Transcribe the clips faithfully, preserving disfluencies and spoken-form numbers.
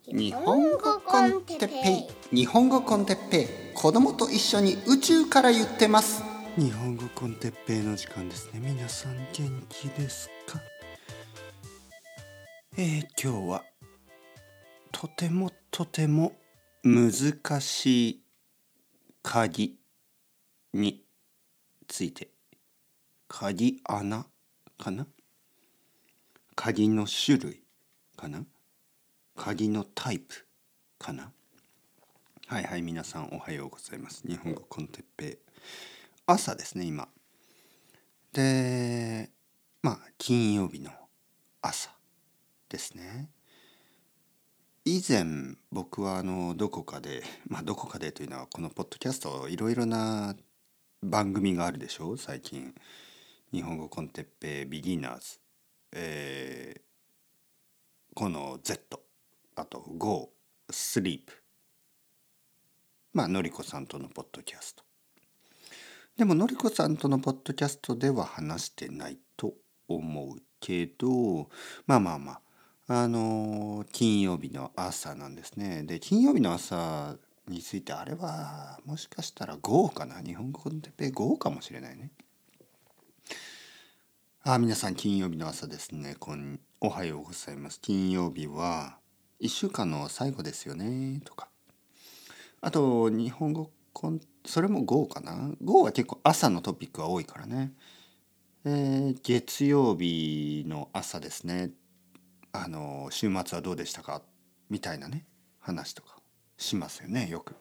日本語コンテッペイ日本語コンテッペイ子供と一緒に宇宙から言ってます。 日本語コンテッペイの時間ですね。皆さん元気ですか？えー、今日はとてもとても難しい鍵について、鍵穴かな、鍵の種類かな、鍵のタイプかな。はいはい、皆さんおはようございます。日本語コンテッペイ、朝ですね今で、まあ金曜日の朝ですね。以前僕はあのどこかで、まあどこかでというのはこのポッドキャストいろいろな番組があるでしょう。最近日本語コンテッペイビギナーズ、えー、この Z、 あと Go、 Sleep、 まあのりこさんとのポッドキャスト。でものりこさんとのポッドキャストでは話してないと思うけど、まあまあまああの金曜日の朝なんですね。で金曜日の朝について、あれはもしかしたら Go かな、日本語コンテッペイ Go かもしれないね。あ、皆さん金曜日の朝ですね。こんおはようございます。金曜日はいっしゅうかんの最後ですよねとか、あと日本語コンそれも Go かな。 Go は結構朝のトピックが多いからね。えー、月曜日の朝ですね。あの週末はどうでしたかみたいなね話とかしますよね、よく。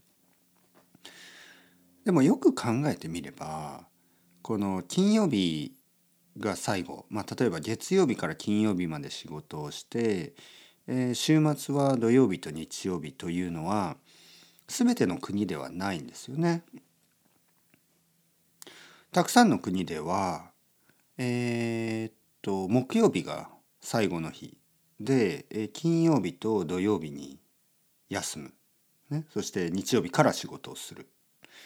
でもよく考えてみれば、この金曜日が最後、まあ、例えば月曜日から金曜日まで仕事をして、えー、週末は土曜日と日曜日というのは全ての国ではないんですよね。たくさんの国ではえーっと木曜日が最後の日で、えー金曜日と土曜日に休む、ね、そして日曜日から仕事をする。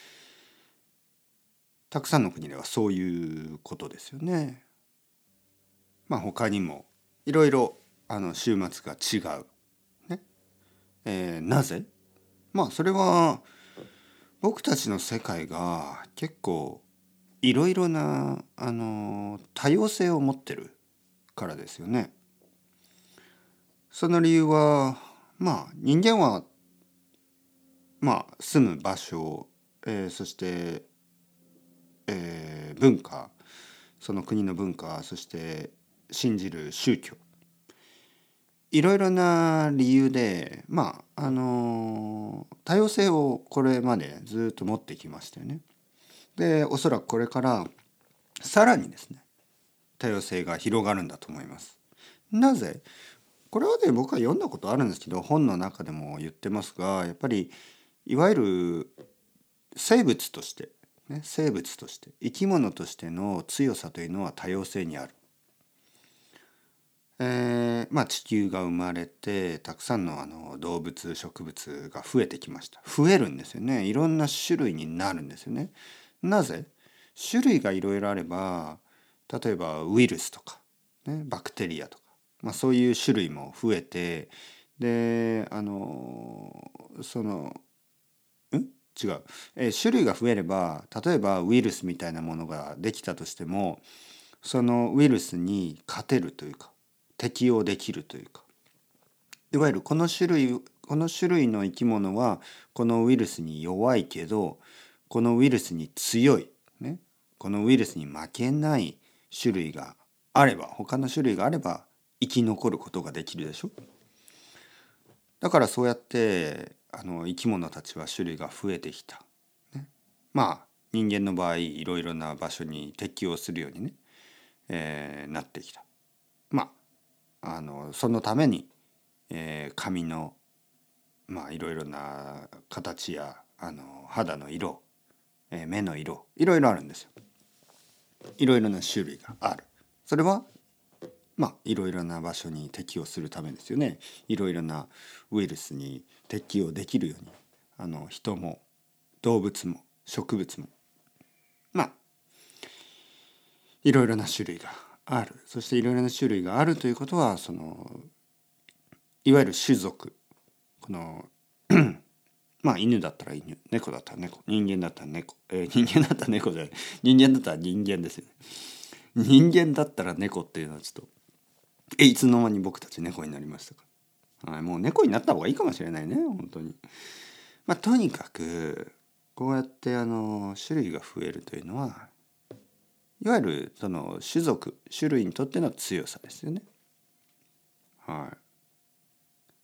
たくさんの国ではそういうことですよね。まあ他にもいろいろあの週末が違う、ねえーなぜ？まあそれは僕たちの世界が結構いろいろなあの多様性を持ってるからですよね。その理由は、まあ人間はまあ住む場所、えーそして、えー文化、その国の文化、そして信じる宗教、いろいろな理由でまああの多様性をこれまでずっと持ってきましたよね。でおそらくこれからさらにですね多様性が広がるんだと思います。なぜ？これはね僕は読んだことあるんですけど、本の中でも言ってますが、やっぱりいわゆる生物として、ね、生物として生き物としての強さというのは多様性にある。えー、まあ地球が生まれてたくさんのあの動物植物が増えてきました。増えるんですよね。いろんな種類になるんですよね。なぜ？種類がいろいろあれば、例えばウイルスとか、ね、バクテリアとか、まあ、そういう種類も増えて、であのそのん違う、えー種類が増えれば、例えばウイルスみたいなものができたとしても、そのウイルスに勝てるというか適応できるというか、いわゆるこの種類この種類の生き物はこのウイルスに弱いけどこのウイルスに強い、ね、このウイルスに負けない種類があれば、他の種類があれば生き残ることができるでしょ。だからそうやってあの生き物たちは種類が増えてきた、ね、まあ人間の場合いろいろな場所に適応するようにね、えーなってきた。まああのそのために、えー髪のまあいろいろな形やあの肌の色、えー目の色、いろいろあるんですよ。いろいろな種類がある。それはまあいろいろな場所に適応するためですよね。いろいろなウイルスに適応できるように、あの人も動物も植物もまあいろいろな種類がある。そしていろいろな種類があるということは、そのいわゆる種族、 このまあ犬だったら犬、猫だったら猫、人間だったら猫、えー、人間だったら猫じゃない、人間だったら人間ですよね。人間だったら猫っていうのはちょっとえいつの間に僕たち猫になりましたか。はい、もう猫になった方がいいかもしれないね本当に。まあとにかくこうやってあの種類が増えるというのはいわゆるその種族種類にとっての強さですよね。はい。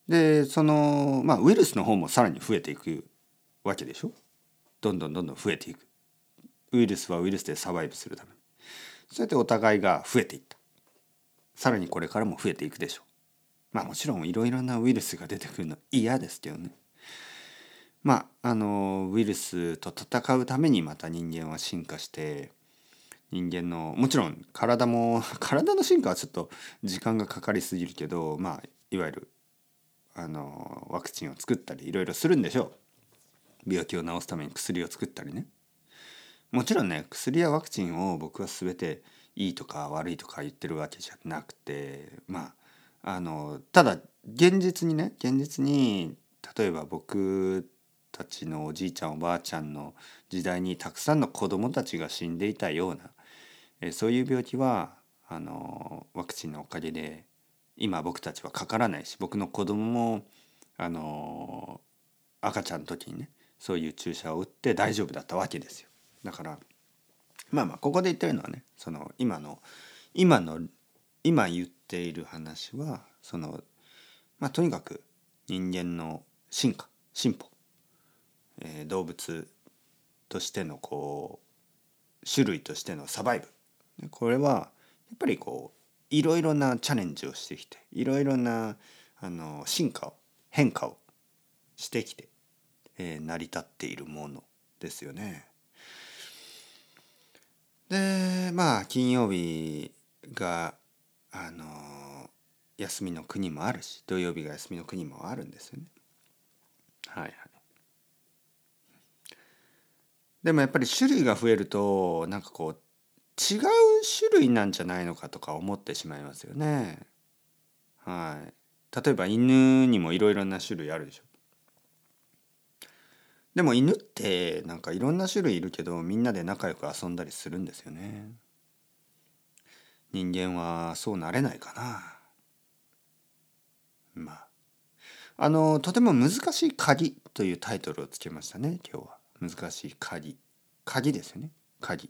でそのまあウイルスの方もさらに増えていくわけでしょ。どんどんどんどん増えていく。ウイルスはウイルスでサバイブするためにそうやってお互いが増えていった。さらにこれからも増えていくでしょう。まあもちろんいろいろなウイルスが出てくるの嫌ですけどね。まああのウイルスと戦うためにまた人間は進化して人間のもちろん体も体の進化はちょっと時間がかかりすぎるけどまあいわゆるあのワクチンを作ったりいろいろするんでしょう。病気を治すために薬を作ったりね。もちろんね薬やワクチンを僕は全ていいとか悪いとか言ってるわけじゃなくてまああのただ現実にね現実に例えば僕たちのおじいちゃんおばあちゃんの時代にたくさんの子供たちが死んでいたようなえそういう病気はあのワクチンのおかげで今僕たちはかからないし僕の子供もあの赤ちゃんの時にねそういう注射を打って大丈夫だったわけですよ。だからまあまあここで言ってるのはねその今の今の今言っている話はそのまあとにかく人間の進化進歩、えー、動物としてのこう種類としてのサバイブこれはやっぱりこういろいろなチャレンジをしてきていろいろなあの進化を変化をしてきて、えー、成り立っているものですよね。でまあ金曜日があの休みの国もあるし土曜日が休みの国もあるんですよね。はいはい。でもやっぱり種類が増えるとなんかこう違う種類なんじゃないのかとか思ってしまいますよね。はい。例えば犬にもいろいろな種類あるでしょ。でも犬ってなんかいろんな種類いるけどみんなで仲良く遊んだりするんですよね。人間はそうなれないかな。まああのとても難しい鍵というタイトルをつけましたね今日は。難しい鍵鍵ですよね。鍵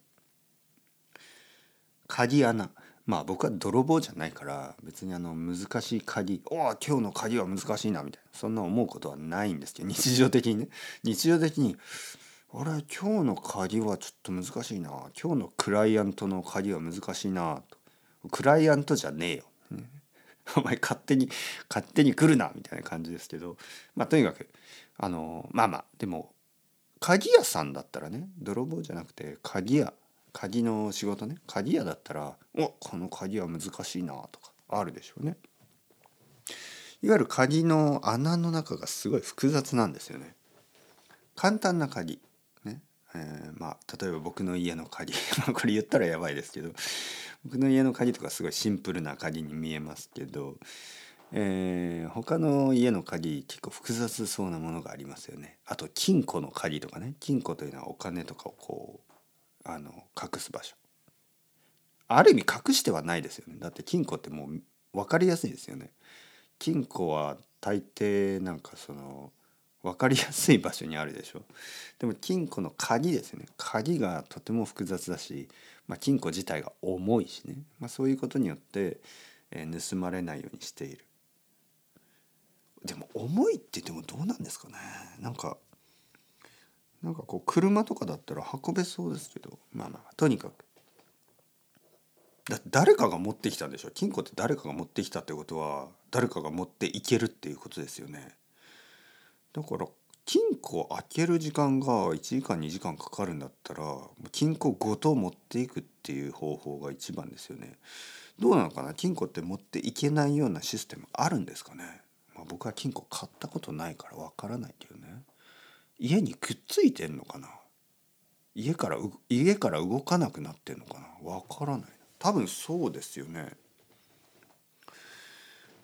鍵穴。まあ僕は泥棒じゃないから別にあの難しい鍵おお今日の鍵は難しいなみたいなそんな思うことはないんですけど日常的にね日常的にあれ今日の鍵はちょっと難しいな今日のクライアントの鍵は難しいなとクライアントじゃねえよ、ね、お前勝手に勝手に来るなみたいな感じですけどまあとにかくあのまあまあでも鍵屋さんだったらね泥棒じゃなくて鍵屋鍵の仕事ね鍵屋だったらおこの鍵は難しいなとかあるでしょうね。いわゆる鍵の穴の中がすごい複雑なんですよね。簡単な鍵ね、えー、まあ例えば僕の家の鍵これ言ったらやばいですけど僕の家の鍵とかすごいシンプルな鍵に見えますけど、えー、他の家の鍵結構複雑そうなものがありますよね。あと金庫の鍵とかね金庫というのはお金とかをこうあの隠す場所ある意味隠してはないですよね。だって金庫ってもう分かりやすいですよね。金庫は大抵なんかその分かりやすい場所にあるでしょ。でも金庫の鍵ですね鍵がとても複雑だし、まあ、金庫自体が重いしね、まあ、そういうことによって、えー、盗まれないようにしている。でも重いって言ってもどうなんですかね。なんかなんかこう車とかだったら運べそうですけどまあまあとにかくだ誰かが持ってきたんでしょ。金庫って誰かが持ってきたってことは誰かが持っていけるっていうことですよね。だから金庫を開ける時間がいちじかんにじかんかかるんだったら金庫ごと持っていくっていう方法が一番ですよね。どうなのかな。金庫って持っていけないようなシステムあるんですかね。まあ、僕は金庫買ったことないからわからないけどね。家にくっついてんのかな。家から家から動かなくなってんのかなわからない。多分そうですよね。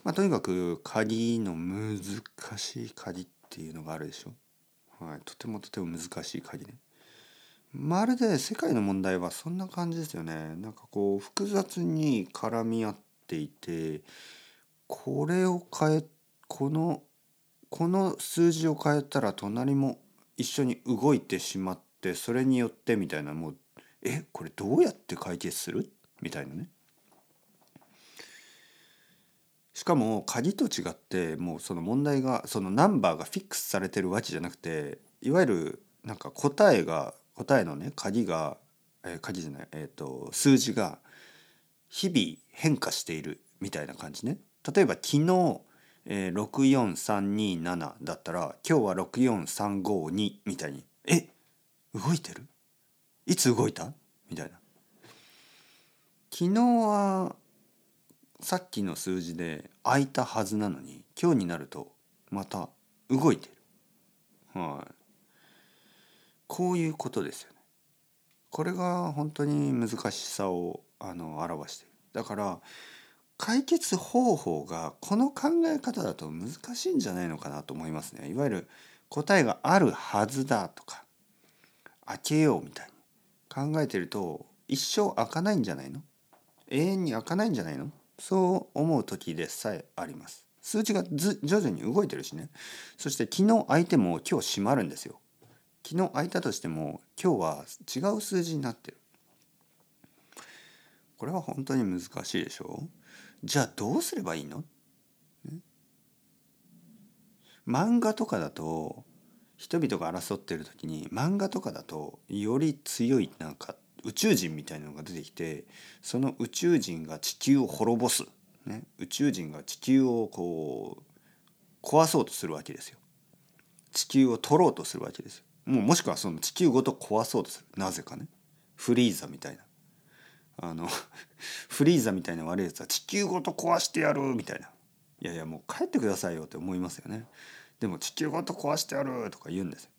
まあ、とにかく鍵の難しい鍵っていうのがあるでしょ。はい、とてもとても難しい鍵ね。まるで世界の問題はそんな感じですよね。なんかこう複雑に絡み合っていて、これを変えこのこの数字を変えたら隣も一緒に動いてしまって、それによってみたいな、もうえこれどうやって解決するみたいなね。しかも鍵と違って、もうその問題がそのナンバーがフィックスされてるわけじゃなくて、いわゆるなんか答えが答えのね鍵が、えー鍵じゃない、えっと数字が日々変化しているみたいな感じね。例えば昨日、えー、ろくよんさんにななだったら今日はろくよんさんごにみたいに、え動いてる、いつ動いたみたいな。昨日はさっきの数字で空いたはずなのに今日になるとまた動いてる。はい。こういうことですよね。これが本当に難しさをあの表している。だから解決方法がこの考え方だと難しいんじゃないのかなと思いますね。いわゆる答えがあるはずだとか開けようみたいに考えてると一生開かないんじゃないの、永遠に開かないんじゃないの、そう思う時でさえあります。数値がず徐々に動いてるしね。そして昨日開いても今日閉まるんですよ。昨日開いたとしても今日は違う数字になってる。これは本当に難しいでしょ。じゃあどうすればいいの？漫画とかだと人々が争ってる時に、漫画とかだとより強いなんか宇宙人みたいなのが出てきて、その宇宙人が地球を滅ぼす、ね、宇宙人が地球をこう壊そうとするわけですよ。地球を取ろうとするわけですよ。もうもしくはその地球ごと壊そうとする、なぜかね。フリーザみたいなあのフリーザみたいな悪いやつは地球ごと壊してやるみたいな。いやいやもう帰ってくださいよって思いますよね。でも地球ごと壊してやるとか言うんですよ。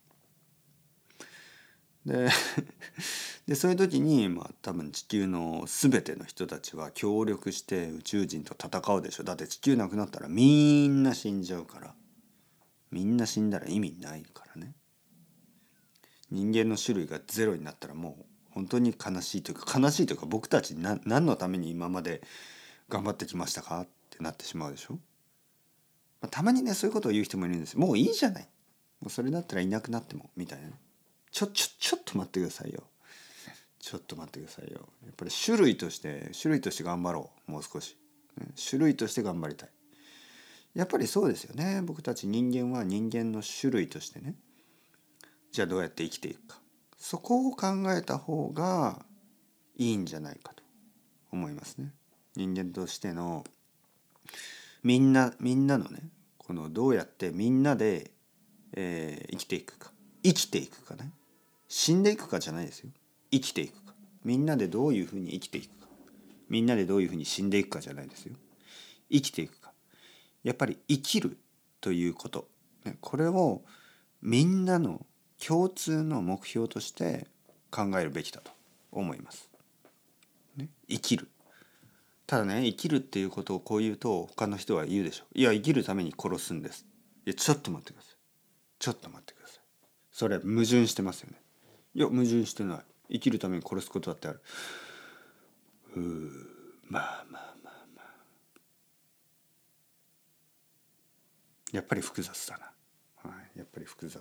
ででそういう時にまあ多分地球の全ての人たちは協力して宇宙人と戦うでしょ。だって地球なくなったらみんな死んじゃうから。みんな死んだら意味ないからね。人間の種類がゼロになったらもう本当に悲しいというか、悲しいというか、僕たちな何のために今まで頑張ってきましたかってなってしまうでしょ。まあ、たまにねそういうことを言う人もいるんですよ。もういいじゃない、もうそれだったらいなくなってもみたいな。ちょちょちょっと待ってくださいよ。ちょっと待ってくださいよ。やっぱり種類として種類として頑張ろう。もう少し、ね、種類として頑張りたい。やっぱりそうですよね。僕たち人間は人間の種類としてね、じゃあどうやって生きていくか、そこを考えた方がいいんじゃないかと思いますね。人間としてのみんなみんなのね、このどうやってみんなで、えー生きていくか、生きていくかね、死んでいくかじゃないですよ。生きていくか、みんなでどういうふうに生きていくか、みんなでどういうふうに死んでいくかじゃないですよ。生きていくか、やっぱり生きるということ、ね、これをみんなの共通の目標として考えるべきだと思います、ね、生きる。ただね、生きるっていうことをこう言うと他の人は言うでしょ。いや生きるために殺すんです。いやちょっと待ってください、ちょっと待ってください。それ矛盾してますよね。いや矛盾してない。生きるために殺すことだってある。うーまあまあまあまあ、やっぱり複雑だな、はい、やっぱり複雑。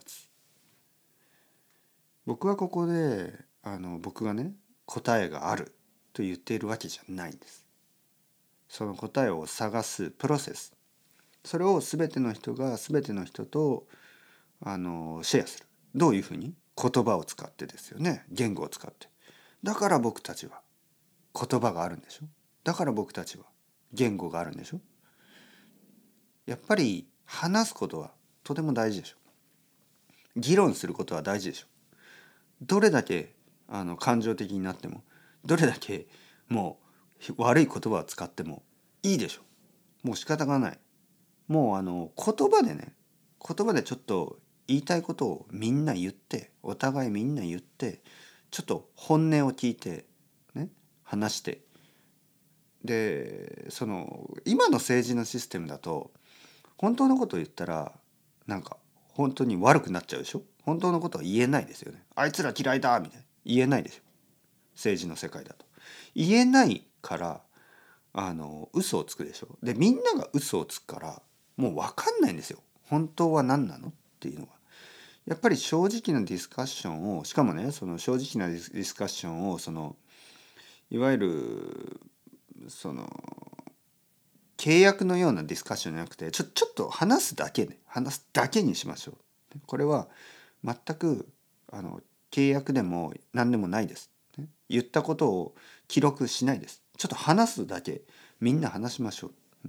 僕はここであの僕がね答えがあると言っているわけじゃないんです。その答えを探すプロセス、それを全ての人が全ての人とあのシェアする。どういうふうに、言葉を使ってですよね。言語を使って。だから僕たちは言葉があるんでしょ。だから僕たちは言語があるんでしょ。やっぱり話すことはとても大事でしょ。議論することは大事でしょ。どれだけあの感情的になっても、どれだけもう悪い言葉を使ってもいいでしょ。もう仕方がない。もうあの言葉でね、言葉でちょっと言いたいことをみんな言って、お互いみんな言って、ちょっと本音を聞いてね、話して、 でその今の政治のシステムだと本当のことを言ったらなんか本当に悪くなっちゃうでしょ。本当のことは言えないですよね。あいつら嫌いだみたいな言えないでしょ。政治の世界だと言えないからあの嘘をつくでしょ。でみんなが嘘をつくからもう分かんないんですよ。本当は何なのっていうのが。やっぱり正直なディスカッションをしかもねその正直なディスカッションをそのいわゆるその契約のようなディスカッションじゃなくてちょちょっと話すだけね話すだけにしましょう。これは全くあの契約でも何でもないです。言ったことを記録しないです。ちょっと話すだけみんな話しましょう。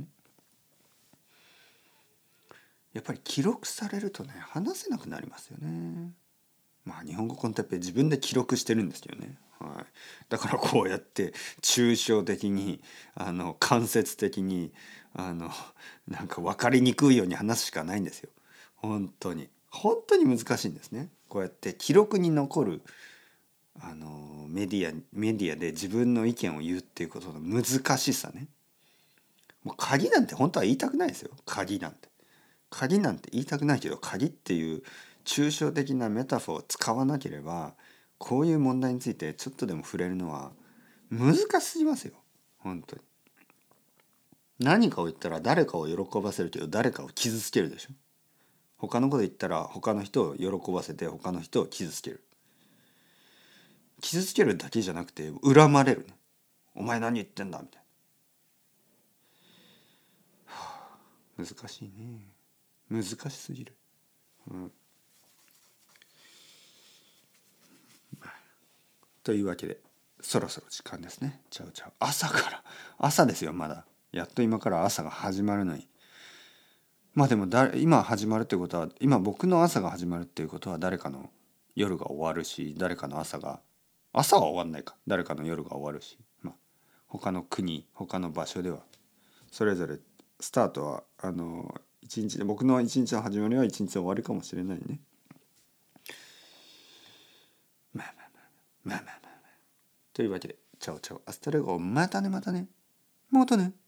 やっぱり記録されるとね話せなくなりますよね。まあ日本語コンテッペイ自分で記録してるんですけどね、はい、だからこうやって抽象的にあの間接的にあのなんか分かりにくいように話すしかないんですよ。本当に本当に難しいんですね。こうやって記録に残るあのメディアメディアで自分の意見を言うっていうことの難しさね。もう鍵なんて本当は言いたくないですよ。鍵なんて鍵なんて言いたくないけど鍵っていう抽象的なメタフォーを使わなければこういう問題についてちょっとでも触れるのは難しすぎますよ。本当に何かを言ったら誰かを喜ばせるけど誰かを傷つけるでしょ。他のこと言ったら他の人を喜ばせて他の人を傷つける。傷つけるだけじゃなくて恨まれるね。お前何言ってんだみたいな、はあ、難しいね。難しすぎる、うん、というわけでそろそろ時間ですね。ちゃうちゃう朝から朝ですよ。まだやっと今から朝が始まるのにまあでもだ今始まるってことは今僕の朝が始まるっていうことは誰かの夜が終わるし誰かの朝が朝は終わんないか誰かの夜が終わるし、まあ、他の国他の場所ではそれぞれスタートはあの一日で僕の一日の始まりは一日終わりかもしれないね。まあまあまあまあまあまあまあというわけでチャオチャオアスタレゴまたねまたねまたね。